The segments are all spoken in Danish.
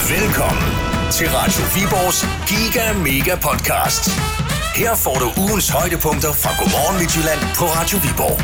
Velkommen til Radio Viborgs Giga Mega Podcast. Her får du ugens højdepunkter fra Godmorgen Midtjylland på Radio Viborg.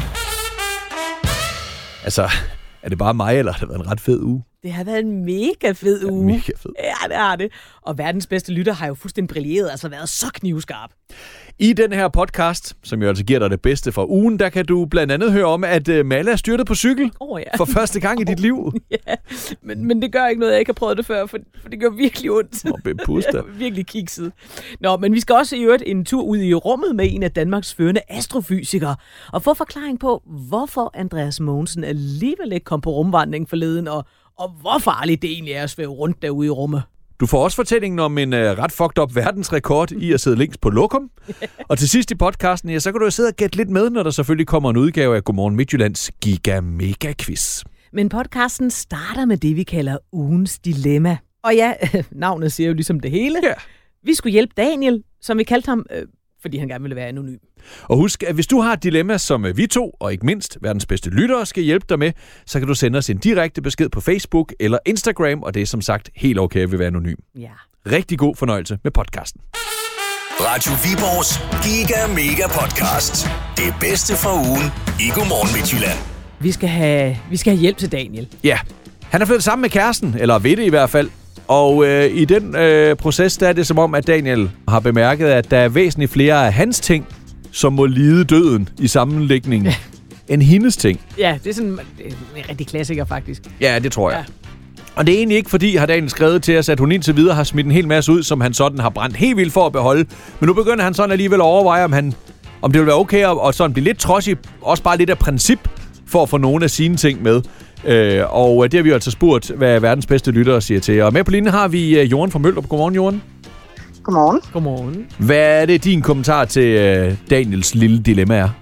Altså, er det bare mig, eller har det været en ret fed uge? Det har været en mega fed uge. Mega fed. Ja, det har det. Og verdens bedste lytter har jo fuldstændig brilleret, altså været så knivskarp. I den her podcast, som jo altså giver dig det bedste fra ugen, der kan du blandt andet høre om, at Malle er styrtet på cykel for første gang i dit liv. Ja, men det gør ikke noget, jeg ikke har prøvet det før, for det gør virkelig ondt. Jeg er virkelig kikset. Nå, men vi skal også i øvrigt en tur ud i rummet med en af Danmarks førende astrofysikere, og få forklaring på, hvorfor Andreas Mogensen alligevel ikke kom på rumvandring forleden, og hvor farligt det egentlig er at svæve rundt derude i rummet. Du får også fortællingen om en ret fucked up verdensrekord i at sidde længst på lokum. Og til sidst i podcasten, ja, så kan du jo sidde og gætte lidt med, når der selvfølgelig kommer en udgave af Godmorgen Midtjyllands Giga Mega Quiz. Men podcasten starter med det, vi kalder ugens dilemma. Og ja, navnet siger jo ligesom det hele. Ja. Vi skulle hjælpe Daniel, som vi kaldte ham, fordi han gerne ville være anonym. Og husk, at hvis du har et dilemma, som vi to, og ikke mindst verdens bedste lyttere, skal hjælpe dig med, så kan du sende os en direkte besked på Facebook eller Instagram, og det er som sagt helt okay at være anonym. Ja. Rigtig god fornøjelse med podcasten. Radio Viborgs Giga Mega Podcast. Det bedste fra ugen i Godmorgen Midtjylland. Vi skal have hjælp til Daniel. Ja, han er flyttet sammen med kæresten, eller ved det i hvert fald. Og i den proces, der er det som om, at Daniel har bemærket, at der er væsentligt flere af hans ting, som må lide døden i sammenlægningen, end hendes ting. Ja, det er sådan en rigtig klassiker, faktisk. Ja, det tror jeg. Ja. Og det er egentlig ikke fordi, har Daniel skrevet til os, at hun indtil videre har smidt en hel masse ud, som han sådan har brændt helt vildt for at beholde. Men nu begynder han sådan alligevel at overveje, om det vil være okay at sådan blive lidt trodsig, også bare lidt af princip, for at få nogle af sine ting med. Og det har vi altså spurgt, hvad verdens bedste lyttere siger til. Og med på linjen har vi Jorden fra Møldrup. Godmorgen, Jorden. Godmorgen. Godmorgen. Hvad er det, din kommentar til Daniels lille dilemma er?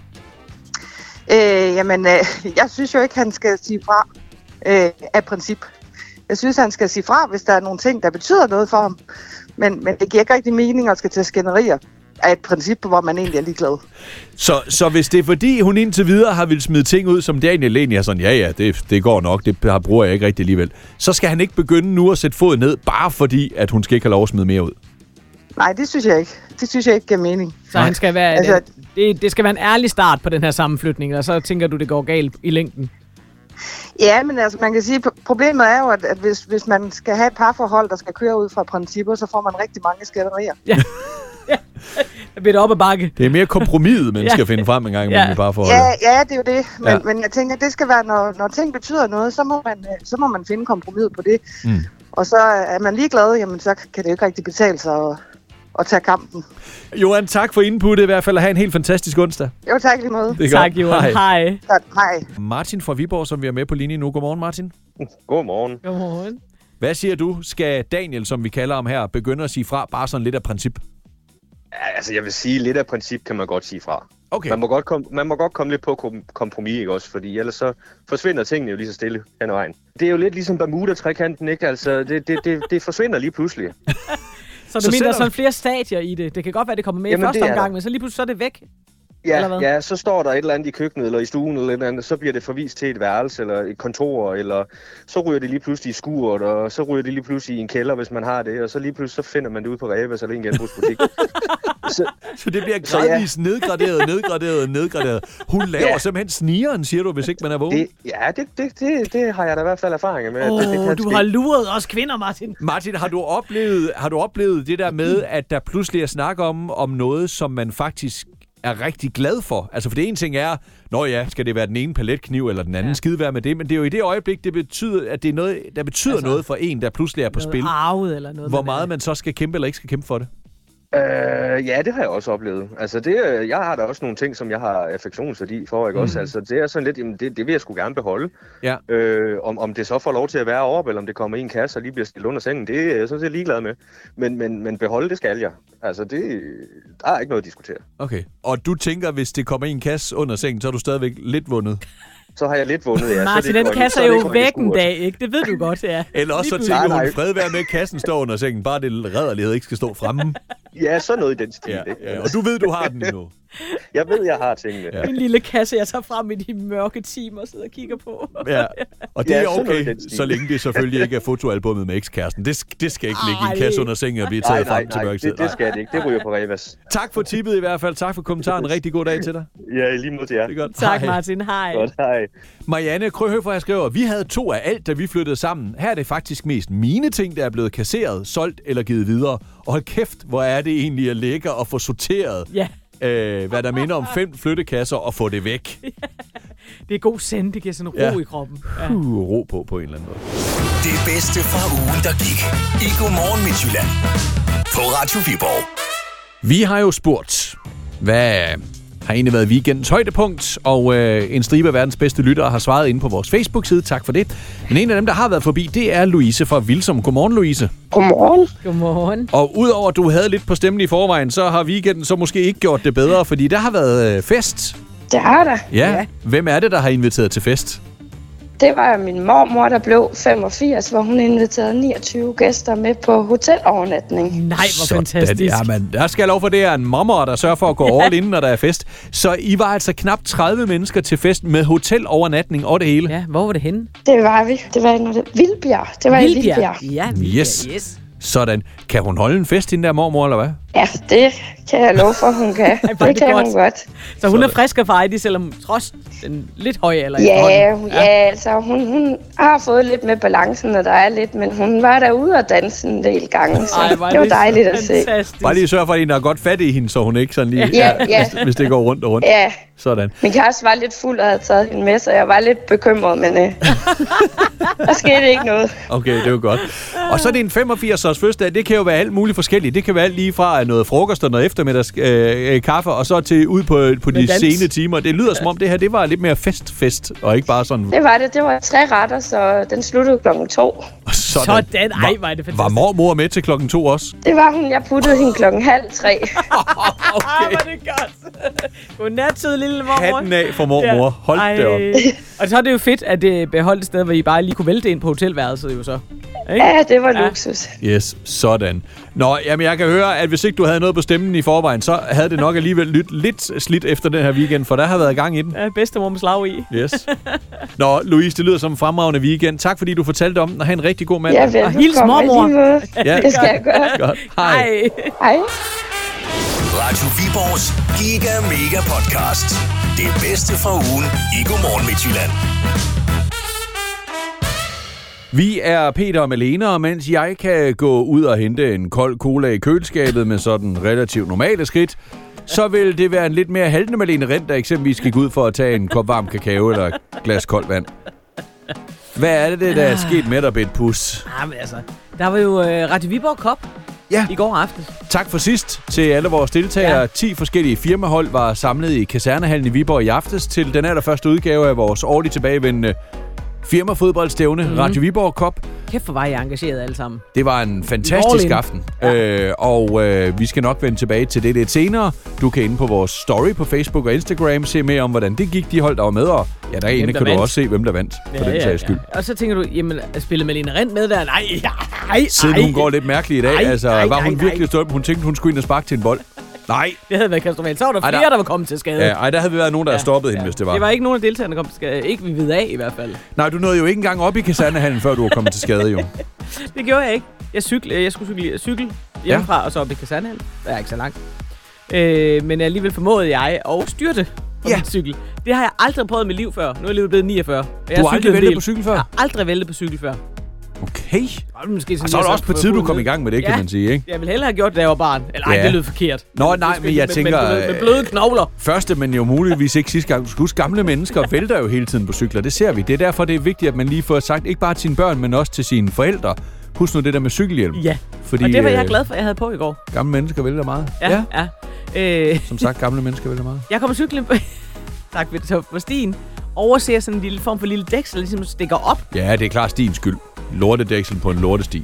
Jeg synes jo ikke, han skal sige fra af princip. Jeg synes, han skal sige fra, hvis der er nogle ting, der betyder noget for ham. Men det giver ikke rigtig mening at skal til skænderier af et princip, hvor man egentlig er ligeglad. Så hvis det er fordi, hun indtil videre har ville smide ting ud, som Daniel egentlig er sådan, ja, det går nok, det bruger jeg ikke rigtig alligevel, så skal han ikke begynde nu at sætte foden ned, bare fordi, at hun skal ikke have lov at smide mere ud? Nej, det synes jeg ikke. Det synes jeg ikke giver mening. Så han skal være, det skal være en ærlig start på den her sammenflytning, og så tænker du, det går galt i længden? Ja, men altså, man kan sige, problemet er jo, at hvis man skal have et parforhold, der skal køre ud fra principper, så får man rigtig mange skænderier. Ja. Ja, der bliver det op ad bakke. Det er mere kompromiset, man skal finde frem en gang imellem i parforholdet. Ja, det er jo det. Men jeg tænker, det skal være, når ting betyder noget, så må man finde kompromiset på det. Mm. Og så er man ligeglad, jamen så kan det jo ikke rigtig betale sig at tage kampen. Johan, tak for inputtet i hvert fald, og have en helt fantastisk onsdag. Jo, tak lige måde. Tak, Johan. Hej. Hej. Martin fra Viborg, som vi er med på linjen nu. Godmorgen, Martin. Godmorgen. Godmorgen. Hvad siger du? Skal Daniel, som vi kalder ham her, begynde at sige fra, bare sådan lidt af princip? Altså, jeg vil sige, lidt af princip kan man godt sige fra. Okay. Man må godt komme lidt på kompromis, ikke også? Fordi ellers så forsvinder tingene jo lige så stille hen ad vejen. Det er jo lidt ligesom Bermuda-trekanten, ikke? Altså, det forsvinder lige pludselig. Så du mener, der er sådan flere stadier i det? Det kan godt være, det kommer med i første omgang, men så lige pludselig så er det væk? Ja, så står der et eller andet i køkkenet, eller i stuen, eller et eller andet, så bliver det forvist til et værelse, eller et kontor, eller så ryger det lige pludselig i skuret, og så ryger det lige pludselig i en kælder, hvis man har det, og så lige pludselig så finder man det ud på Reves eller en genbrugsbutik. Så det bliver gradvist nedgraderet. Hun laver simpelthen snigeren, siger du, hvis ikke man er vågen? Det har jeg da i hvert fald erfaring med. Du har luret os kvinder, Martin. Martin, har du oplevet det der med, at der pludselig er snak om noget, som man faktisk er rigtig glad for? Altså, for det ene ting er, skal det være den ene paletkniv eller den anden, skide være med det, men det er jo i det øjeblik, det betyder, at det er noget, der betyder noget for en, der pludselig er på spil. Arvet eller noget. Hvor meget man så skal kæmpe eller ikke skal kæmpe for det? Ja, det har jeg også oplevet. Altså, jeg har da også nogle ting, som jeg har affektionsværdi for, ikke også? Altså, det er sådan lidt, jamen, det vil jeg sgu gerne beholde. Ja. Om det så får lov til at være oppe, eller om det kommer i en kasse og lige bliver stillet under sengen, det er jeg sådan set ligeglad med. Men beholde, det skal jeg. Altså, der er ikke noget at diskutere. Okay. Og du tænker, hvis det kommer i en kasse under sengen, så er du stadigvæk lidt vundet? Så har jeg lidt vundet, ja. Martin, den kasse er jo væk en dag, ikke? Det ved du godt, ja. Eller også så tænker hun, fred være med, at kassen står under sengen, bare det rædderlighed ikke skal stå fremme. Ja, så noget i den stil. Ja. Og du ved, du har den nu. Jeg ved, jeg har tingene. Ja. En lille kasse, jeg tager frem i de mørke timer og sidder og kigger på. Ja, og det er okay, så længe det selvfølgelig ikke er fotoalbummet med ekskæresten. Det skal ikke ligge i en kasse under sengen og blive taget frem til mørketid. Det skal det ikke. Det ryger på Revas. Tak for tippet i hvert fald. Tak for kommentaren. Rigtig god dag til dig. Ja, lige mod til jer. Det er godt. Tak, hej. Martin. Hej. Godt, hej. Marianne Krøhøfer skriver, vi havde 2 af alt, da vi flyttede sammen. Her er det faktisk mest mine ting, der er blevet kasseret, solgt eller givet videre. Og hold kæft, hvor er det egentlig at lægge og få sorteret. Ja. Hvad der minder om 5 flyttekasser og få det væk. Det er god send, det giver sådan ro i kroppen. Ja. Ro på en eller anden måde. Det bedste fra ugen, der gik. I Godmorgen Midtjylland. På Radio Viborg. Vi har jo spurgt, hvad har egentlig været weekendens højdepunkt, og en stribe af verdens bedste lyttere har svaret inde på vores Facebook-side. Tak for det. Men en af dem, der har været forbi, det er Louise fra Vilsum. Godmorgen, Louise. Godmorgen. Godmorgen. Og udover at du havde lidt på stemmen i forvejen, så har weekenden så måske ikke gjort det bedre, fordi der har været fest. Det har der. Ja. Hvem er det, der har inviteret til fest? Det var min mormor, der blev 85, hvor hun inviterede 29 gæster med på hotelovernatning. Nej, hvor fantastisk. Jamen, der skal jeg lov for, det er en mormor, der sørger for at gå all in, når der er fest. Så I var altså knap 30 mennesker til fest med hotelovernatning og det hele. Ja, hvor var det henne? Det var vi. Det var i Vildbjerg. Det var i Vildbjerg. Ja, Vildbjerg. Yes. Sådan. Kan hun holde en fest, hende der mormor, eller hvad? Ja, det kan jeg love for, hun kan. det kan hun godt. Så hun er frisk og frejdig, selvom trods den lidt høje alder. Ja, altså hun har fået lidt med balancen, når der er lidt, men hun var derude og danse en del gange, så det var dejligt at se. Bare lige sørge for, at I har godt fat i hende, så hun ikke sådan lige... Ja. Hvis det går rundt og rundt. Ja. Sådan. Min kæreste var lidt fuld og havde taget hende med, så jeg var lidt bekymret, men der skete ikke noget. Okay, det er jo godt. Og så er det en 85-års fødselsdag. Det kan jo være alt muligt forskelligt. Det kan være alt lige fra noget frokost og noget eftermiddags kaffe, og så til ud på de sene timer. Det lyder som om det her, det var lidt mere fest, og ikke bare sådan... Det var det. Det var 3 retter, så den sluttede 2:00. Sådan. Ej, var det fantastisk. Var mormor med til 2:00 også? Det var hun. Jeg puttede hende 2:30. Okay. Ej, var det godt. Godnat, søde lille mormor. Hatten af for mormor. Hold det op. Og så er det jo fedt, at det beholdt et sted, hvor I bare lige kunne vælte ind på hotelværelset jo så. Ikke? Ja, det var luksus. Yes, sådan. Nå, jamen jeg kan høre, at hvis ikke du havde noget på stemmen i forvejen, så havde det nok alligevel lyttet lidt slidt efter den her weekend, for der har været gang i den. Ja, bedstemor med slag i. Yes. Nå, Louise, det lyder som en fremragende weekend. Tak fordi du fortalte om den, og have en rigtig god mandag. Ja, og hils mormor. Ja, det skal jeg gøre. Godt. Hej. Hej. Radio Viborgs Giga Mega Podcast. Det bedste fra ugen i Godmorgen Midtjylland. Vi er Peter og Malene, og mens jeg kan gå ud og hente en kold cola i køleskabet med sådan relativt normale skridt, så vil det være en lidt mere haltende Malene Rind, der eksempelvis gik ud for at tage en kop varm kakao eller et glas koldt vand. Hvad er det, der er sket med dig, Bent Pus? Jamen altså, der var jo Radio Viborg Cup i går aften. Tak for sidst til alle vores deltagere. Ja. 10 forskellige firmahold var samlet i Kasernehallen i Viborg i aftes til den allerførste udgave af vores årligt tilbagevendende firmafodboldstævne, Radio Viborg Cup. Kæft for var I engageret alle sammen. Det var en fantastisk aften, vi skal nok vende tilbage til det lidt senere. Du kan inde på vores story på Facebook og Instagram se mere om, hvordan det gik, de hold, der var med, og ja, derinde kan du også se, hvem der vandt, for den sags skyld. Og så tænker du, jamen, spillede Malene Rind med der? Nej. Siden hun går lidt mærkeligt i dag, var hun virkelig stået, hun tænkte, hun skulle ind og sparke til en bold. Nej. Det havde været katastrofalt. Så var der flere, der var kommet til skade. Ja, der havde været nogen, der havde stoppet hende, hvis det var. Det var ikke nogen af deltagerne, der kom til skade. Ikke vi ved af, i hvert fald. Nej, du nåede jo ikke engang op i Kasernehallen, før du var kommet til skade, jo. Det gjorde jeg ikke. Jeg skulle cykle hjemmefra, og så op i Kasernehallen. Det er ikke så langt. Men alligevel formåede jeg at styrte på min cykel. Det har jeg aldrig prøvet i mit liv før. Nu er jeg blevet 49. Du har aldrig væltet på cykel før? Jeg har aldrig væltet på cykel før. Okay. Måske så er det også på tide, du kom i gang med det, kan man sige, ikke? Jeg ville hellere have gjort det, da jeg var barn. Eller ej, det lød forkert. Nå, nej, men jeg tænker... Med bløde knogler. Første, men jo muligvis ikke sidste gang. Du skal huske, gamle mennesker vælter jo hele tiden på cykler. Det ser vi. Det er derfor, det er vigtigt, at man lige får sagt, ikke bare til sine børn, men også til sine forældre. Husk nu det der med cykelhjelm. Ja, fordi, og det var jeg glad for, jeg havde på i går. Gamle mennesker vælter meget. Ja. Som sagt, gamle mennesker vælter meget. Jeg kommer cyklen på stien. Overser sådan en lille form for lille dæksel, der ligesom stikker op. Ja, det er klart stiens skyld. Lortedæksel på en lortesti.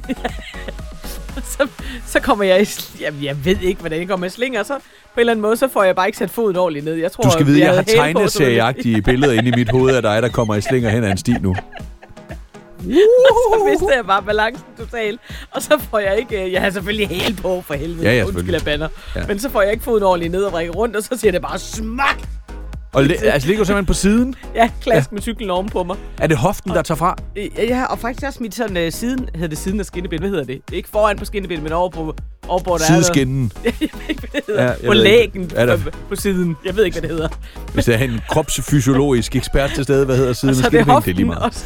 så kommer jeg jeg ved ikke, hvordan jeg kommer med slinger, så på en eller anden måde, så får jeg bare ikke sat foden ordentligt ned. Jeg tror, du skal vide, jeg har tegneserieagtige billeder inde i mit hoved af dig, der kommer i slinger hen ad en sti nu. Så mister jeg bare balancen totalt. Og så får jeg ikke... Jeg har selvfølgelig hæl på, for helvede. Ja, undskyld, jeg bander. Ja. Men så får jeg ikke foden ordentligt ned og vrikke rundt, og så siger det bare smak! Og ligger du simpelthen på siden? Ja, klask med cyklen oven på mig. Er det hoften, der tager fra? Ja, og faktisk også mit sådan siden... Hedder det siden af skinnebenet? Hvad hedder det? Ikke foran på skinnebenet, men over på der sideskinnen. Jeg ved ikke, hvad det hedder. På lægen på siden. Jeg ved ikke, hvad det hedder. Hvis der er en kropsfysiologisk ekspert til stede, hvad hedder siden af skinnebenet? Det er lige meget.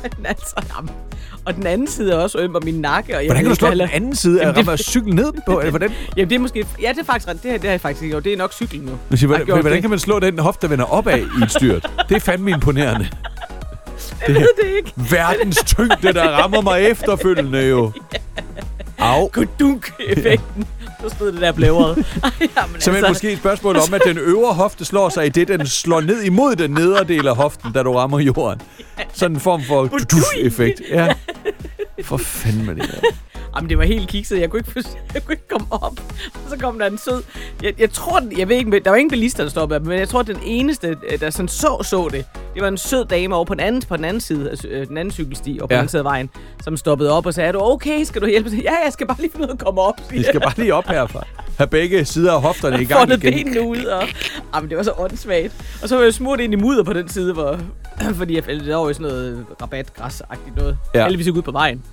Og den anden side er også øm, og min nakke. Og hvordan kan du slå den anden side? Er der cykel ned på? Eller hvordan? Jamen, det er måske... Ja, det er faktisk ret. Det har jeg faktisk ikke gjort. Det er nok cyklen nu. Hvordan kan man slå den hofte, der vender opad i et styrt? Det er fandme imponerende. Jeg ved det ikke. Verdens tyngde, der rammer mig efterfølgende jo. Au. Kudunk-effekten. Så stod det der blævret. Så måske et spørgsmål om, at den øvre hofte slår sig i det, den slår ned imod den nedre del af hoften, da du rammer jorden. Sådan en form for effekt. Ja. For fanden med det der. Jamen, det var helt kikset. Jeg kunne ikke komme op. Og så kom der en sød... Jeg tror, jeg ved ikke, der var ingen bilister, der stoppede, men jeg tror, den eneste, der sådan så det, det var en sød dame over på den anden side, altså den anden cykelsti, og på den anden side af vejen, som stoppede op og sagde, er du okay? Skal du hjælpe? Ja, jeg skal bare lige finde ud af at komme op. Vi skal bare lige op herfra. Have begge sider af hofterne i gang igen. Foldet benene ud, og... Jamen, det var så åndssvagt. Og så var jeg smurt ind i mudder på den side, fordi jeg fældte over i sådan noget rabatgræs-agtigt noget. Ja. Heldigvis ikke ud på vejen.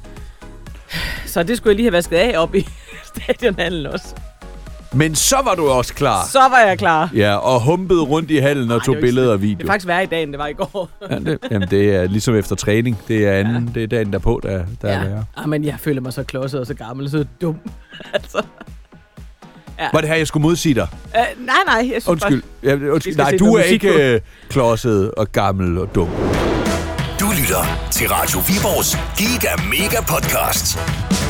Så det skulle jeg lige have vasket af op i stadionhallen også. Men så var du også klar. Så var jeg klar. Ja, og humpede rundt i hallen og tog billeder og video. Det er faktisk værre i dag, end det var i går. Jamen, det er ligesom efter træning. Det er det er dagen derpå, der er værre. Ja, men jeg føler mig så klodset og så gammel og så dum. Altså. Ja. Var det her, jeg skulle modsige dig? Nej. Jeg synes undskyld. Nej, du er ikke klodset og gammel og dum. Du lytter til Radio Viborgs Giga Mega Podcast.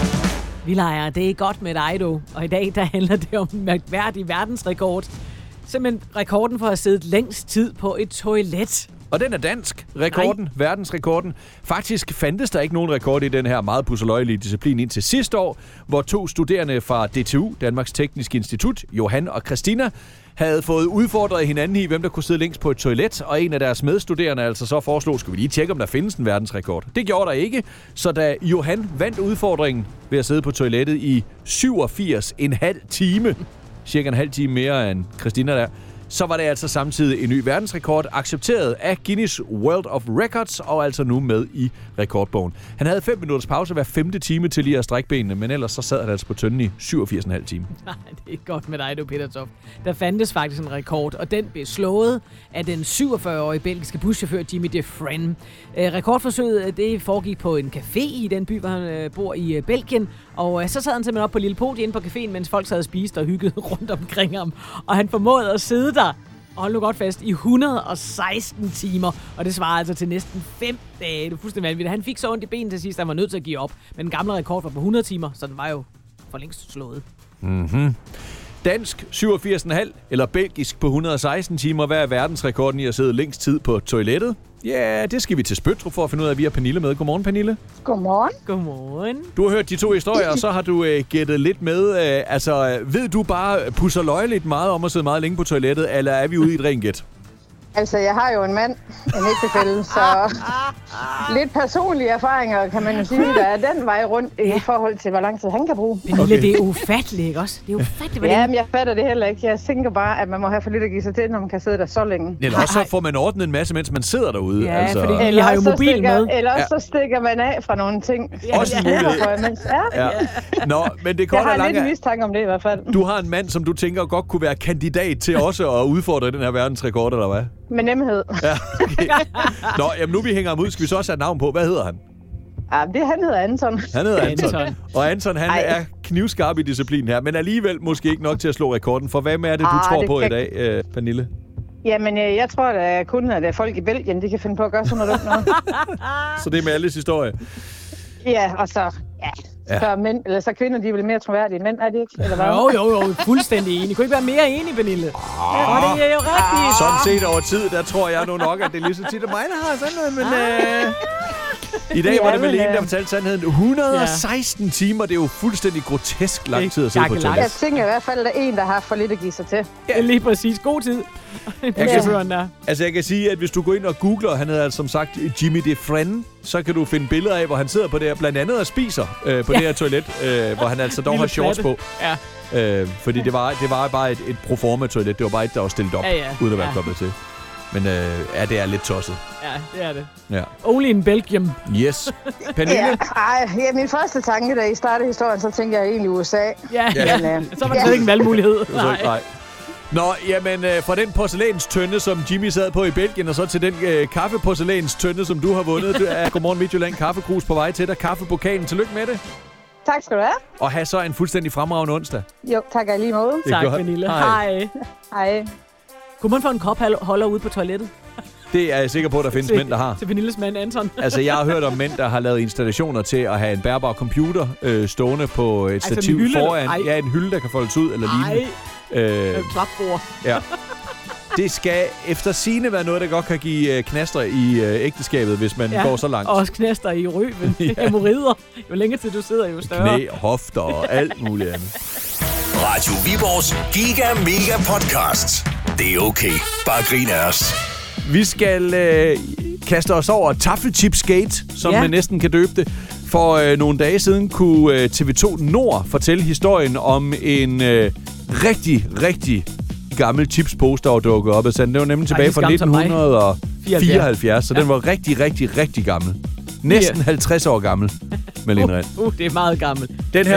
Vi leger, det er godt med dig, du. Og i dag, der handler det om mærkværdig verdensrekord. Simpelthen rekorden for at have siddet længst tid på et toilet. Og den er dansk, rekorden, verdensrekorden. Faktisk fandtes der ikke nogen rekord i den her meget pusseløjelige disciplin indtil sidste år, hvor 2 studerende fra DTU, Danmarks Tekniske Institut, Johan og Christina, havde fået udfordret hinanden i, hvem der kunne sidde længst på et toilet, og en af deres medstuderende altså så foreslog, skulle vi lige tjekke, om der findes en verdensrekord. Det gjorde der ikke, så da Johan vandt udfordringen ved at sidde på toilettet i 87,5 time, cirka en halv time mere end Christina der, så var det altså samtidig en ny verdensrekord, accepteret af Guinness World of Records, og altså nu med i rekordbogen. Han havde 5 minutters pause hver 5. time til lige at strække benene, men ellers så sad han altså på tønden i 87,5 timer. Nej, det er godt med dig, du Peter Toft. Der fandtes faktisk en rekord, og den blev slået af den 47-årige belgiske buschauffør Jimmy Defren. Rekordforsøget, det foregik på en café i den by, hvor han bor i Belgien, og så sad han simpelthen op på lille podie inde på caféen, mens folk sad og spiste og hyggede rundt omkring ham. Og han formåede at sidde der, og hold nu godt fast, i 116 timer. Og det svarer altså til næsten 5 dage. Det er fuldstændig vanvittigt. Han fik så ondt i benen til sidst, han var nødt til at give op. Men den gamle rekord var på 100 timer, så den var jo for længst slået. Mhm. Dansk 87,5 eller belgisk på 116 timer. Hvad er verdensrekorden i at sidde længst tid på toilettet? Ja, det skal vi til Spøttrup for at finde ud af, at vi har Pernille med. Godmorgen, Pernille. Godmorgen. Godmorgen. Du har hørt de 2 historier, og så har du gættet lidt med. Ved du bare pusseløjeligt meget om at sidde meget længe på toilettet, eller er vi ude i et rent gæt? Altså, jeg har jo en mand, en ægtefælle, så lidt personlige erfaringer, kan man jo sige, der er den vej rundt i forhold til, hvor lang tid han kan bruge. Men okay. Det er ufatteligt, ikke også? Det er ufatteligt, ja, men jeg fatter det heller ikke. Jeg tænker bare, at man må have for lidt at give sig til, når man kan sidde der så længe. Eller også så får man ordnet en masse, mens man sidder derude. Ja, altså. Fordi I har jo mobil med. Eller også så stikker man af fra nogle ting. Også en mulighed. Ja. Nå, men det jeg har lidt mistanke om det i hvert fald. Du har en mand, som du tænker godt kunne være kandidat til også at udfordre den her verdensrekord, eller hvad? Med nemhed. Ja, okay. Nå, jamen nu vi hænger ham ud, skal vi så også have et navn på. Hvad hedder han? Ja, han hedder Anton. Han hedder Anton. Og Anton, han er knivskarp i disciplinen her, men alligevel måske ikke nok til at slå rekorden. For hvem er det, du tror på i dag, Pernille? Jamen, jeg tror at kun, at folk i Belgien, de kan finde på at gøre sådan noget. Så det er med alles historie? Ja, og så... Ja. Så mænd, eller så kvinder, de er vel mere troværdige mænd, er de ikke? Eller hvad? Jo, fuldstændig enig. Kunne ikke være mere enig, Pernille? Og det er jo rigtigt. Sådan set over tid, der tror jeg nu nok, at det er lige så tit, at mig, der har sådan noget, men... I dag var det Malene, der fortalte sandheden. 116 timer, det er jo fuldstændig grotesk lang tid at sidde på toilet. Jeg tænker i hvert fald, at der er en, der har for lidt at give sig til. Ja, lige præcis. God tid. Jeg kan sige, at hvis du går ind og googler, han hedder altså som sagt Jimmy DeFren, så kan du finde billeder af, hvor han sidder på det her, blandt andet og spiser på det her toilet, hvor han altså dog har shorts på. Ja. Fordi det var bare et proforma-toilet. Det var bare et, der var stillet op, uden at være koblet til. Men det er lidt tosset. Ja, det er det. Ja. Only in Belgium. Yes. Pernille? Min første tanke, da I startede historien, så tænkte jeg egentlig USA. Ja. Så var det ikke en valgmulighed. Nej. Nå, jamen, fra den porcelænstønde, som Jimmy sad på i Belgien, og så til den kaffeporcelænstønde, som du har vundet. Du er Godmorgen Midtjylland kaffekrus på vej til dig. Kaffepokalen. Tillykke med det. Tak skal du have. Og have så en fuldstændig fremragende onsdag. Jo, tak i lige måde. Tak, Pernille. Hej. Kunne man få en kopholder ude på toilettet? Det er jeg sikker på, at der findes mænd, der har. Til Pernilles mand, Anton. Altså, jeg har hørt om mænd, der har lavet installationer til at have en bærbar computer stående på et stativ foran. Ja, en hylde, der kan foldes ud eller lignende. Klapbord. Ja. Det skal efter sigende være noget, der godt kan give knaster i ægteskabet, hvis man går så langt. Og også knaster i røven. Hemorrider. Jo længere tid du sidder, jo større. Knæ, hofter og alt muligt andet. Radio Viborgs Giga Mega Podcast. Det er okay. Bare grin af os. Vi skal kaste os over Taffelchipsgate, som man næsten kan døbe det. For nogle dage siden kunne TV2 Nord fortælle historien om en rigtig gammel chipspose, der var dukket op. Altså, det var nemlig tilbage fra 1974, så den var rigtig gammel. Næsten 50 år gammel, Malene Rind. Det er meget gammelt.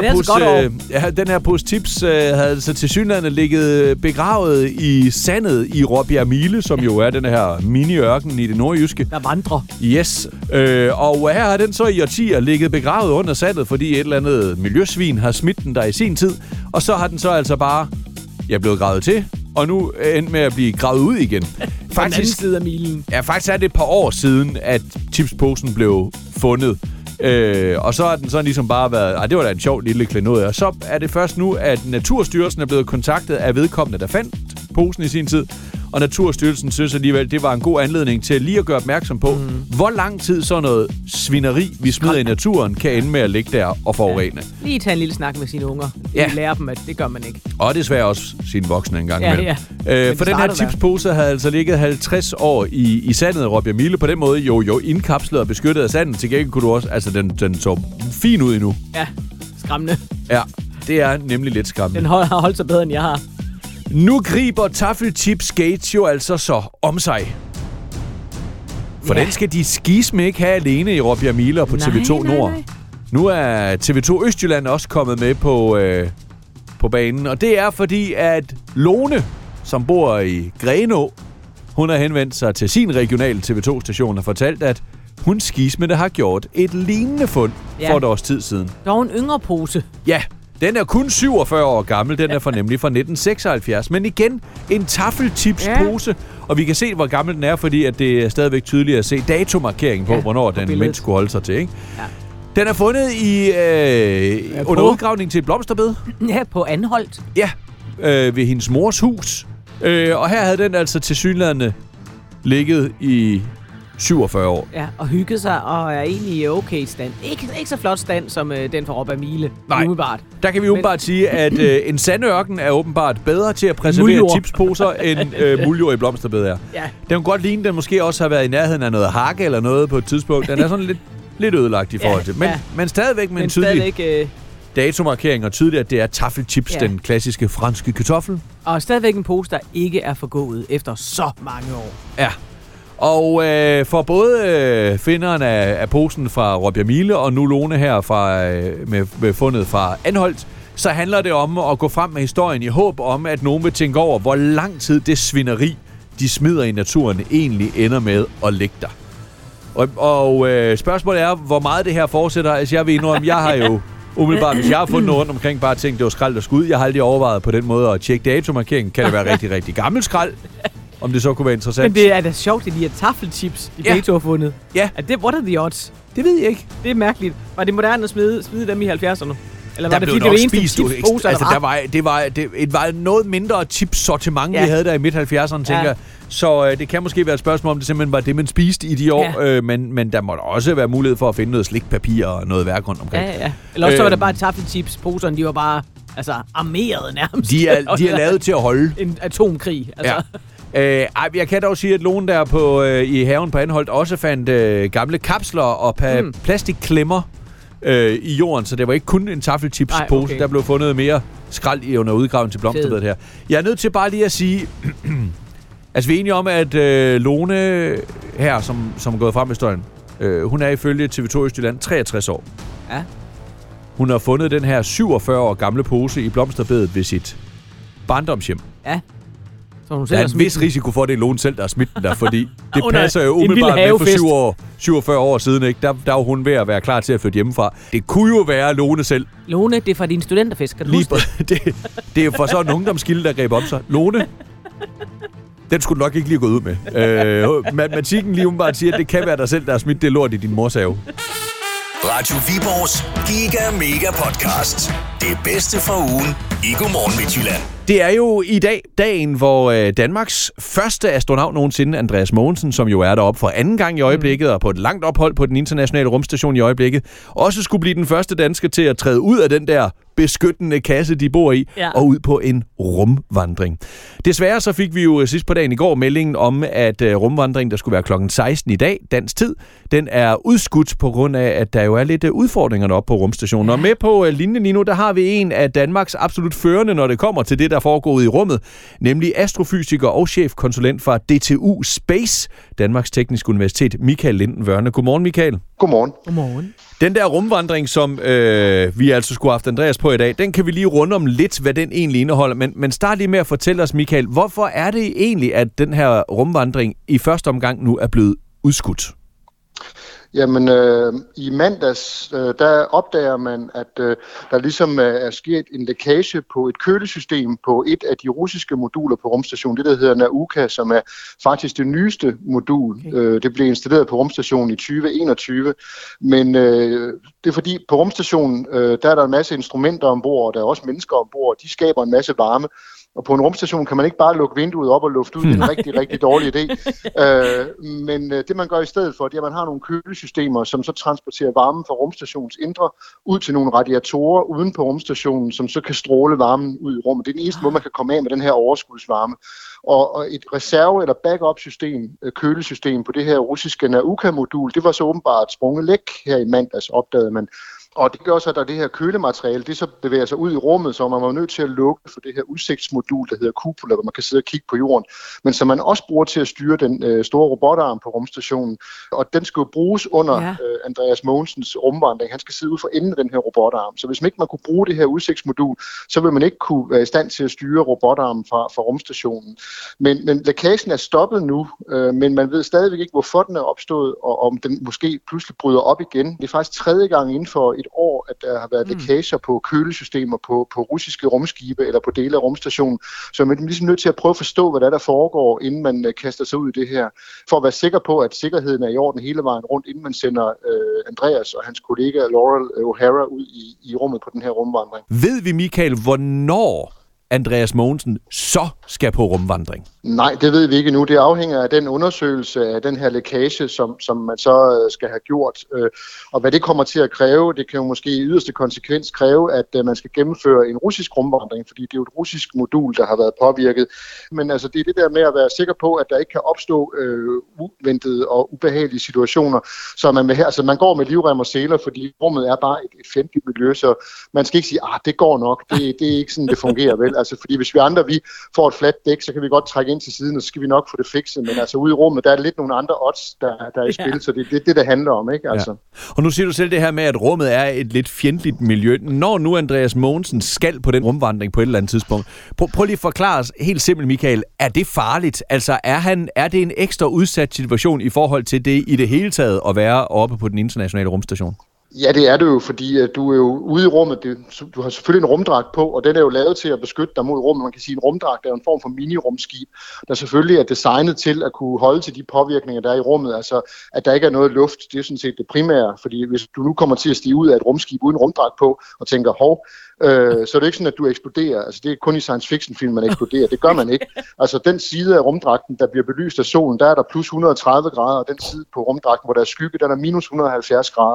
Den her pose chips havde så tilsyneladende ligget begravet i sandet i Råbjerg Mile, som jo er den her mini-ørken i det nordjyske. Der vandrer. Yes. Og her har den så i årtier ligget begravet under sandet, fordi et eller andet miljøsvin har smidt den der i sin tid. Og så har den så altså bare blevet gravet til, og nu endt med at blive gravet ud igen. Faktisk side af milen. Ja, faktisk er det et par år siden, at chipsposen blev fundet. Og så har den sådan ligesom bare været... det var da en sjov lille klenod. Og så er det først nu, at Naturstyrelsen er blevet kontaktet af vedkommende, der fandt posen i sin tid. Og Naturstyrelsen synes alligevel, det var en god anledning til lige at gøre opmærksom på, hvor lang tid sådan noget svineri, vi smider i naturen, kan ende med at ligge der og forurene. Ja. Lige tage en lille snak med sine unger. Lære dem, at det gør man ikke. Og desværre også sine voksne en gang imellem. For den her chipspose havde altså ligget 50 år i sandet af Råbjerg Mile. På den måde jo indkapslet og beskyttet af sandet. Til gengæld kunne du også... Altså, den så fin ud endnu. Ja, skræmmende. Ja, det er nemlig lidt skræmmende. Den har holdt sig bedre, end jeg har. Nu griber Taffelchipsgate jo altså så om sig. For den skal de skisme ikke have alene i Råbjerg Mile og på TV2 Nord. Nej. Nu er TV2 Østjylland også kommet med på banen. Og det er fordi, at Lone, som bor i Grenå, hun har henvendt sig til sin regionale TV2-station og fortalt, at hun skisme har gjort et lignende fund for et års tid siden. Der var en yngre pose. Ja. Den er kun 47 år gammel. Den er nemlig fra 1976. Men igen, en taffelchipspose. Og vi kan se, hvor gammel den er, fordi at det er stadigvæk tydeligt at se datomarkeringen på, hvornår den mindst skulle holde sig til. Ikke? Ja. Den er fundet under udgravning til et blomsterbed. Ja, på Anholt. Ja, ved hendes mors hus. Og her havde den altså tilsyneladende ligget i 47 år. Ja, og hygget sig, og er egentlig i okay stand. Ikke så flot stand som den fra Råbjerg Mile. Nej, umiddelbart. Der kan vi umiddelbart sige, at en sandørken er åbenbart bedre til at preservere chipsposer, end muljord i blomsterbed er. Ja. Den kunne godt ligne, den måske også har været i nærheden af noget hakke eller noget på et tidspunkt. Den er sådan lidt ødelagt i forhold til. Men stadigvæk med en tydelig datomarkering, og tydeligt, at det er taffelchips, den klassiske franske kartoffel. Og stadigvæk en pose, der ikke er forgået efter så mange år. Ja. Og for både finderen af posen fra Råbjerg Mile og nu Lone her med fundet fra Anholt, så handler det om at gå frem med historien i håb om, at nogen vil tænke over, hvor lang tid det svineri, de smider i naturen, egentlig ender med at ligge der. Og spørgsmålet er, hvor meget det her fortsætter. Altså jeg vil indrømme, jeg har jo umiddelbart, hvis jeg har fundet noget rundt omkring, bare tænkt, det var skrald og skud. Jeg har aldrig overvejet på den måde at tjekke datomarkeringen. Kan det være rigtig, rigtig gammel skrald? Om det så kunne være interessant. Men det er da sjovt, at de her taffelchips, de begge to har fundet. Ja. What are the odds? Det ved jeg ikke. Det er mærkeligt. Var det moderne at smide dem i 70'erne? Eller var det fordi, det var eneste chipsposer, altså, det var noget mindre chipssortiment, vi havde der i midt-70'erne, tænker jeg. Så det kan måske være et spørgsmål om, det simpelthen var det, man spiste i de år. Men der må også være mulighed for at finde noget slikpapir og noget værk rundt omkring. Ja. Eller også så var det bare taffelchips-poserne, de var bare armeret nærmest. De er lavet til at holde. En atomkrig, altså. Ja. Jeg kan dog sige, at Lone der i haven på Anholt også fandt gamle kapsler og plastikklemmer i jorden, så det var ikke kun en taffelchips-pose. Okay. Der blev fundet mere skrald under udgraven til blomsterbedet her. Jeg er nødt til bare lige at sige, altså vi er enige om, at Lone her, som er gået frem i historien, hun er ifølge TV2 Østjylland 63 år. Ja. Hun har fundet den her 47 år gamle pose i blomsterbedet ved sit barndomshjem. Ja. Der er en vis risiko for, at det er Lone selv, der er smidt den der, fordi det passer jo umiddelbart med for 47 år siden, ikke? Der var hun ved at være klar til at flytte hjemmefra. Det kunne jo være Lone selv. Lone, det er fra din studenterfest, kan du huske det? Det er jo for sådan en ungdomskilde, der greb om sig. Lone, den skulle nok ikke lige gå ud med. Matematikken lige umiddelbart siger, at det kan være dig selv, der er smidt det lort i din mors have. Radio Viborgs Giga Mega Podcast. Det bedste fra ugen i Godmorgen Midtjylland. Det er jo i dag dagen, hvor Danmarks første astronaut nogensinde, Andreas Mogensen, som jo er deroppe for anden gang i øjeblikket, og på et langt ophold på den internationale rumstation i øjeblikket, også skulle blive den første dansker til at træde ud af den der beskyttende kasse, de bor i, og ud på en rumvandring. Desværre så fik vi jo sidst på dagen i går meldingen om, at rumvandringen, der skulle være klokken 16 i dag, dansk tid, den er udskudt på grund af, at der jo er lidt udfordringer deroppe på rumstationen. Og med på linjen lige nu, der har vi en af Danmarks absolut førende, når det kommer til det, der foregår i rummet, nemlig astrofysiker og chefkonsulent fra DTU Space, Danmarks Tekniske Universitet, Michael Linden Wørne. Godmorgen, Michael. Godmorgen. Godmorgen. Den der rumvandring, som vi altså skulle have haft Andreas på i dag, den kan vi lige runde om lidt, hvad den egentlig indeholder. Men start lige med at fortælle os, Michael, hvorfor er det egentlig, at den her rumvandring i første omgang nu er blevet udskudt? Jamen, i mandags, der opdager man, at der ligesom er sket en lækage på et kølesystem på et af de russiske moduler på rumstationen, det der hedder Nauka, som er faktisk det nyeste modul. Okay. Det blev installeret på rumstationen i 2021, men det er fordi på rumstationen, der er der en masse instrumenter ombord, og der er også mennesker ombord, de skaber en masse varme. Og på en rumstation kan man ikke bare lukke vinduet op og lufte ud. Det er en rigtig, rigtig dårlig idé. Men det man gør i stedet for, det er, at man har nogle kølesystemer, som så transporterer varmen fra rumstationens indre ud til nogle radiatorer uden på rumstationen, som så kan stråle varmen ud i rummet. Det er den eneste måde, man kan komme af med den her overskudsvarme. Og et reserve- eller backup-system, kølesystem på det her russiske Nauka-modul, det var så åbenbart sprunget læk her i mandags, opdagede man. Og det gør også, at der er det her kølemateriale, det så bevæger sig ud i rummet, så man var nødt til at lukke for det her udsigtsmodul, der hedder cupola, hvor man kan sidde og kigge på jorden, men som man også bruger til at styre den store robotarm på rumstationen. Og den skal jo bruges under Andreas Mogensens rumvandring. Han skal sidde ud for enden af den her robotarm. Så hvis man ikke kunne bruge det her udsigtsmodul, så vil man ikke kunne være i stand til at styre robotarmen fra rumstationen. Men lækagen er stoppet nu, men man ved stadigvæk ikke, hvorfor den er opstået, og om den måske pludselig bryder op igen. Det er faktisk tredje gang inden for et år, at der har været lækager på kølesystemer på russiske rumskibe eller på dele af rumstationen. Så man er ligesom nødt til at prøve at forstå, hvad der foregår, inden man kaster sig ud i det her. For at være sikker på, at sikkerheden er i orden hele vejen rundt, inden man sender Andreas og hans kollega Laurel O'Hara ud i rummet på den her rumvandring. Ved vi, Michael, hvornår Andreas Mogensen så skal på rumvandring? Nej, det ved vi ikke nu. Det afhænger af den undersøgelse af den her lækage, som man så skal have gjort. Og hvad det kommer til at kræve, det kan jo måske i yderste konsekvens kræve, at man skal gennemføre en russisk rumvandring, fordi det er jo et russisk modul, der har været påvirket. Men altså, det er det der med at være sikker på, at der ikke kan opstå uventede og ubehagelige situationer. Så man går med livrem og seler, fordi rummet er bare et fjendtligt miljø, så man skal ikke sige, det går nok. Det er ikke sådan, det fungerer vel. Altså, fordi hvis vi andre får et fladt dæk, så kan vi godt trække ind til siden, og så skal vi nok få det fikset. Men altså ude i rummet, der er lidt nogle andre odds, der er i spil, så det er det handler om, ikke? Altså. Ja. Og nu siger du selv det her med, at rummet er et lidt fjendtligt miljø. Når nu Andreas Mogensen skal på den rumvandring på et eller andet tidspunkt, prøv lige at forklare os helt simpelt, Michael. Er det farligt? Altså er det en ekstra udsat situation i forhold til det i det hele taget at være oppe på den internationale rumstation? Ja, det er det jo, fordi du er jo ude i rummet. Du har selvfølgelig en rumdragt på, og den er jo lavet til at beskytte dig mod rummet. Man kan sige, at en rumdragt er jo en form for mini-rumskib, der selvfølgelig er designet til at kunne holde til de påvirkninger, der er i rummet. Altså, at der ikke er noget luft, det er sådan set det primære. Fordi hvis du nu kommer til at stige ud af et rumskib uden rumdragt på, og tænker, så er det ikke sådan, at du eksploderer. Altså, det er kun i science fiction-film, man eksploderer. Det gør man ikke. Altså, den side af rumdragten, der bliver belyst af solen, der er der plus 130 grader, og den side på rumdragten, hvor der er skygge, der er minus 170 grader.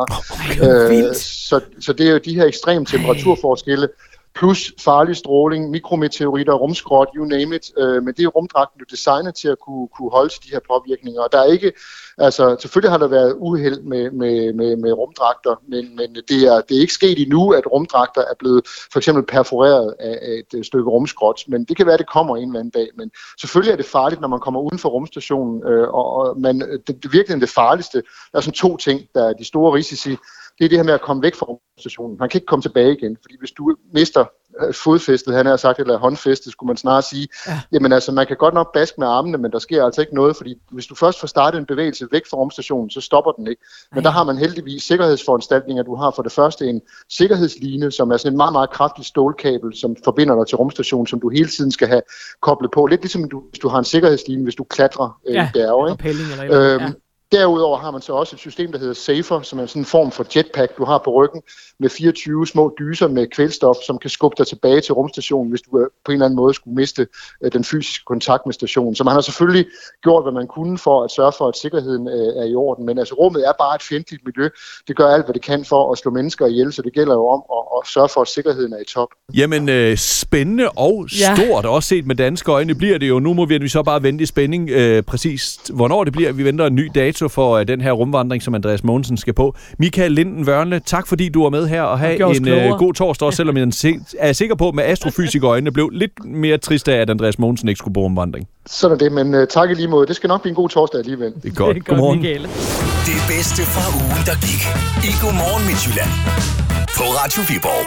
Så det er jo de her ekstreme temperaturforskelle, plus farlig stråling, mikrometeoritter, rumskrot, you name it. Men det er rumdragten jo designet til at kunne holde til de her påvirkninger. Og der er ikke, altså selvfølgelig har der været uheld med rumdragter, men det er ikke sket endnu, at rumdragter er blevet for eksempel perforeret af et stykke rumskrot. Men det kan være, at det kommer en eller anden dag. Men selvfølgelig er det farligt, når man kommer uden for rumstationen. Det virkelig det farligste. Der er sådan 2 ting, der er de store risici. Det er det her med at komme væk fra rumstationen. Man kan ikke komme tilbage igen, fordi hvis du mister fodfæstet, han har sagt, eller håndfæstet, skulle man snart sige, jamen altså, man kan godt nok baske med armene, men der sker altså ikke noget, fordi hvis du først får startet en bevægelse væk fra rumstationen, så stopper den ikke. Men der har man heldigvis sikkerhedsforanstaltninger. Du har for det første en sikkerhedsline, som er sådan en meget, meget kraftig stålkabel, som forbinder dig til rumstationen, som du hele tiden skal have koblet på. Lidt ligesom hvis du har en sikkerhedsline, hvis du klatrer bjerge. Derudover har man så også et system, der hedder Safer, som er sådan en form for jetpack, du har på ryggen, med 24 små dyser med kvælstof, som kan skubbe dig tilbage til rumstationen, hvis du på en eller anden måde skulle miste den fysiske kontakt med stationen. Så man har selvfølgelig gjort, hvad man kunne for at sørge for, at sikkerheden er i orden. Men altså, rummet er bare et fjendtligt miljø. Det gør alt, hvad det kan for at slå mennesker ihjel, så det gælder jo om at sørge for, at sikkerheden er i top. Jamen, spændende og stort, også set med danske øjne, bliver det jo. Nu må vi så bare vente i spænding præcis, hvornår det bliver. Vi venter en ny dato for den her rumvandring, som Andreas Mogensen skal på. Michael Linden Wørnle, tak fordi du var med her og have en god torsdag, selvom jeg er sikker på, at med astrofysikøjne blev lidt mere trist af, at Andreas Mogensen ikke skulle på rumvandring. Sådan er det, men tak i lige måde. Det skal nok blive en god torsdag alligevel. Det er godt. Godmorgen. Det bedste fra ugen, der gik i Godmorgen Midtjylland på Radio Viborg.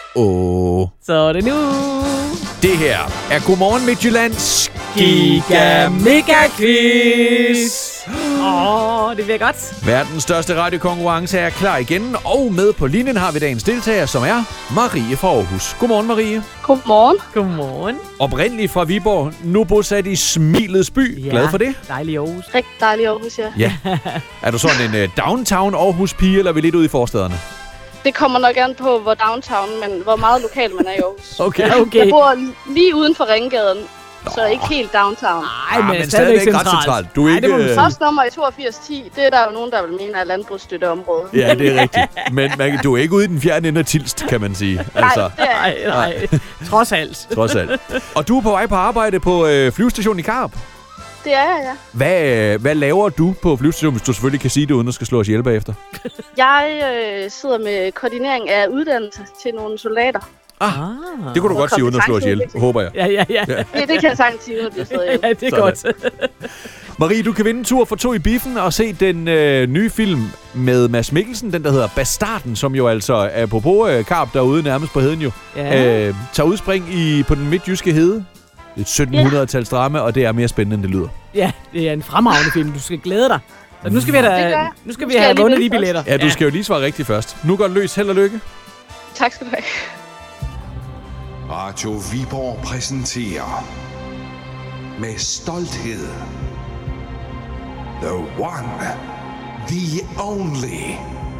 Så er det nu. Det her er Godmorgen Midtjyllands Giga Mega Quiz. Det bliver godt. Verdens største radiokonkurrence er klar igen, og med på linjen har vi dagens deltager, som er Marie fra Aarhus. Godmorgen, Marie. Godmorgen. Godmorgen. Oprindelig fra Viborg, nu bosat i Smilets by. Ja, glad for det? Dejlig Aarhus. Rigtig dejlig Aarhus, ja. Er du sådan en downtown Aarhus-pige, eller er vi lidt ude i forstederne? Det kommer nok an på, hvor downtown, men hvor meget lokal man er i Aarhus. Okay. Jeg bor lige uden for Ringgaden. Så ikke helt downtown. Nej, men stadigvæk ret centralt. Du er ikke... Postnummer i 8210, det er der jo nogen, der vil mene er landbrugsstøtteområdet. Ja, det er rigtigt. Men du er ikke ude i den fjerne ende af Tilst, kan man sige. Altså. Nej. Trods alt. Og du er på vej på arbejde på flyvestationen i Karup. Det er jeg, ja. Hvad laver du på flyvestationen, hvis du selvfølgelig kan sige det, uden at skal slå os ihjel bagefter? Jeg sidder med koordinering af uddannelse til nogle soldater. Det kunne du godt sige, uden at slå os ihjel, håber jeg. Ja. Det kan jeg sagtens sige, uden at blive slået ihjel. Ja, det er godt. Marie, du kan vinde en tur for 2 i biffen og se den nye film med Mads Mikkelsen, den der hedder Bastarden, som jo altså, apropos Karup derude nærmest på heden jo, tager udspring på den midtjyske hede. Det er et 1700-tals drama, og det er mere spændende, end det lyder. Ja, det er en fremragende film. Du skal glæde dig. Så nu skal vi have vundet de billetter. Ja, du skal jo lige svare rigtigt først. Nu går det løs. Held og lykke. Tak skal du have. Radio Viborg præsenterer med stolthed The One, The Only.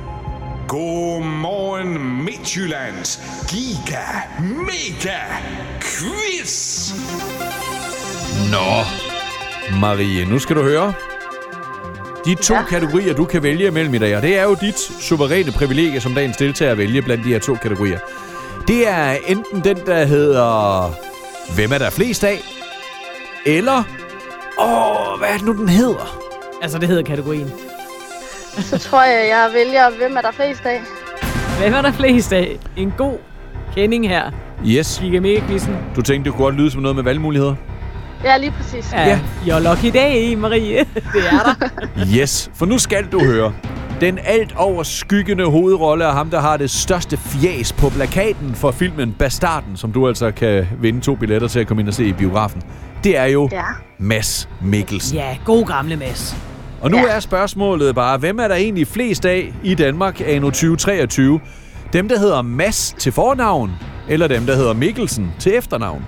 Godmorgen Midtjyllands Giga Mega Quiz. Nå, Marie, nu skal du høre. De 2 kategorier, du kan vælge mellem i dag, og det er jo dit suveræne privilegie som dagens deltager at vælge blandt de her 2 kategorier. Det er enten den, der hedder Hvem er der flest af? Eller hvad er det nu, den hedder? Altså, det hedder kategorien. Så tror jeg vælger Hvem er der flest af? Hvem er der flest af? En god kending her. Yes. Giga Mega-quizzen. Du tænkte, det kunne godt lyde som noget med valgmuligheder? Ja, lige præcis. Ja. You're lucky day, Marie. Det er der. Yes, for nu skal du høre. Den alt over skyggende hovedrolle af ham, der har det største fjæs på plakaten for filmen Bastarden, som du altså kan vinde 2 billetter til at komme ind og se i biografen. Det er jo Mads Mikkelsen. Ja, god gamle Mads. Og nu er spørgsmålet bare, hvem er der egentlig flest af i Danmark anno 2023? Dem, der hedder Mads til fornavn, eller dem, der hedder Mikkelsen til efternavn?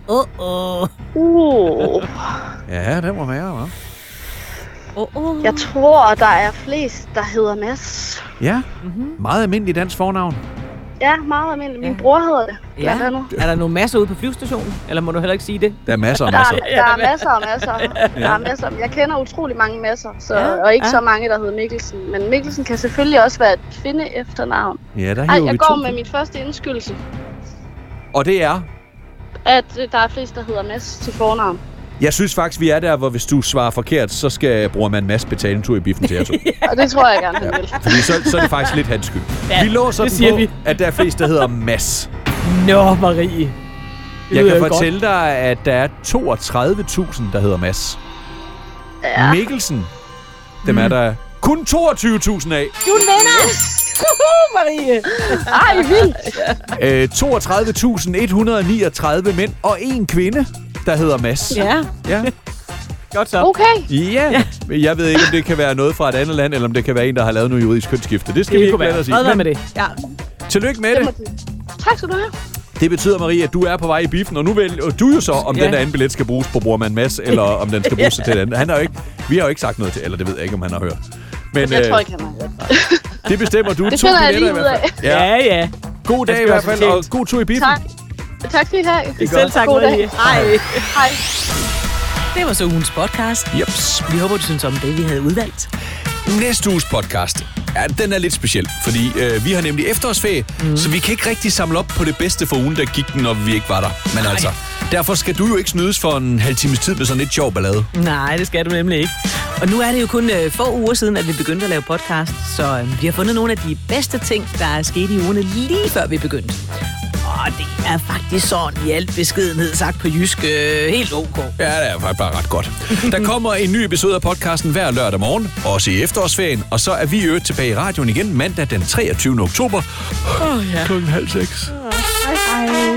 Ja, det må være, hva'? Jeg tror, der er flest, der hedder Mads. Ja, meget almindelig dansk fornavn. Ja, meget almindelig. Min bror hedder det. Ja. Er der nogle masser ude på flyvestationen? Eller må du heller ikke sige det? Der er masser og masser. Der er masser og masser. Der er masser. Jeg kender utrolig mange masser, og ikke så mange, der hedder Mikkelsen. Men Mikkelsen kan selvfølgelig også være et kvinde efternavn. Ja, der jeg går med min første indskydelse. Og det er? At der er flest, der hedder Mads til fornavn. Jeg synes faktisk, vi er der, hvor hvis du svarer forkert, så skal brormand Mads betale en tur i biffen til jer to. Og det tror jeg gerne, han vil. Fordi så er det faktisk lidt hans skyld. Ja, vi låser den på, at der er flest, der hedder Mads. Nå, Marie. Jeg kan fortælle dig, at der er 32.000, der hedder Mads. Ja. Mikkelsen, dem er der kun 22.000 af. Du vinder! Marie! Ej, vildt! 32.139 mænd og en kvinde, der hedder Mads. Ja. Godt så. Okay. Ja. Jeg ved ikke, om det kan være noget fra et andet land, eller om det kan være en, der har lavet noget juridisk kønsskifte. Det skal vi ikke blande os i. Hvad med det? Ja. Tillykke med det. Tak skal du have. Det betyder, Marie, at du er på vej i biffen, og nu vælger du jo så, om den der anden billet skal bruges på brormand Mads, eller om den skal bruges til den. Vi har jo ikke sagt noget til, eller det ved jeg ikke, om han har hørt. Men, jeg tror ikke, han har hørt. Det bestemmer du. Det finder jeg lige ud af. Ja. God dag i hvert fald, og god tur i biffen. Tak skal I have. Selv tak, Marie. Hej. Det var så ugens podcast. Jeps. Vi håber, du synes om det, vi havde udvalgt. Næste uges podcast, den er lidt speciel, fordi vi har nemlig efterårsferie, så vi kan ikke rigtig samle op på det bedste for ugen, der gik den, når vi ikke var der. Men altså, derfor skal du jo ikke snydes for en halv times tid med sådan lidt sjov ballade. Nej, det skal du nemlig ikke. Og nu er det jo kun få uger siden, at vi begyndte at lave podcast, så vi har fundet nogle af de bedste ting, der er sket i ugerne lige før vi begyndte. Og det er faktisk sådan i alt beskedenhed sagt på jysk helt ok. Ja, det er faktisk bare ret godt. Der kommer en ny episode af podcasten hver lørdag morgen, også i efterårsferien, og så er vi jo tilbage i radioen igen mandag den 23. oktober. Klokken 5:30. Hej.